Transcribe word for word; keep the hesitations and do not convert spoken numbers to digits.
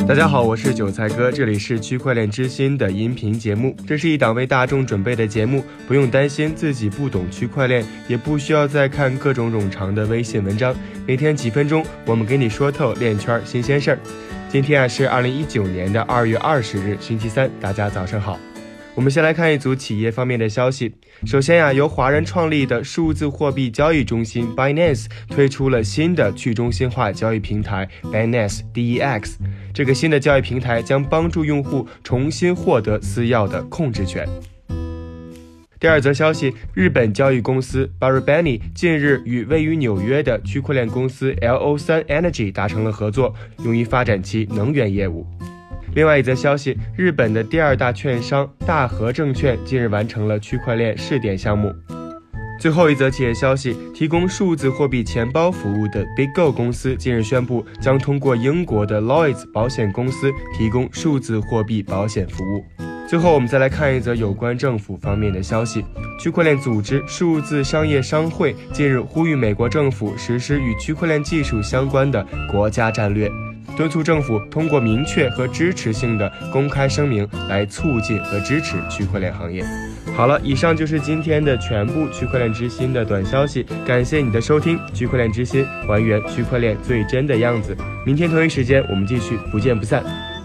大家好，我是韭菜哥，这里是区块链之心的音频节目。这是一档为大众准备的节目，不用担心自己不懂区块链，也不需要再看各种冗长的微信文章。每天几分钟，我们给你说透链圈新鲜事儿。今天啊是二零一九年的二月二十日，星期三，大家早上好。我们先来看一组企业方面的消息。首先呀、啊，由华人创立的数字货币交易中心 Binance 推出了新的去中心化交易平台 Binance D E X。这个新的交易平台将帮助用户重新获得私钥的控制权。第二则消息，日本交易公司 Marubeni 近日与位于纽约的区块链公司 L O 三 Energy 达成了合作，用于发展其能源业务。另外一则消息，日本的第二大券商大和证券近日完成了区块链试点项目。最后一则企业消息，提供数字货币钱包服务的 BitGo 公司近日宣布，将通过英国的 Lloyds 保险公司提供数字货币保险服务。最后我们再来看一则有关政府方面的消息，区块链组织数字商业商会近日呼吁美国政府实施与区块链技术相关的国家战略，敦促政府通过明确和支持性的公开声明来促进和支持区块链行业。好了，以上就是今天的全部区块链之心的短消息，感谢你的收听。区块链之心还原区块链最真的样子，明天同一时间我们继续不见不散。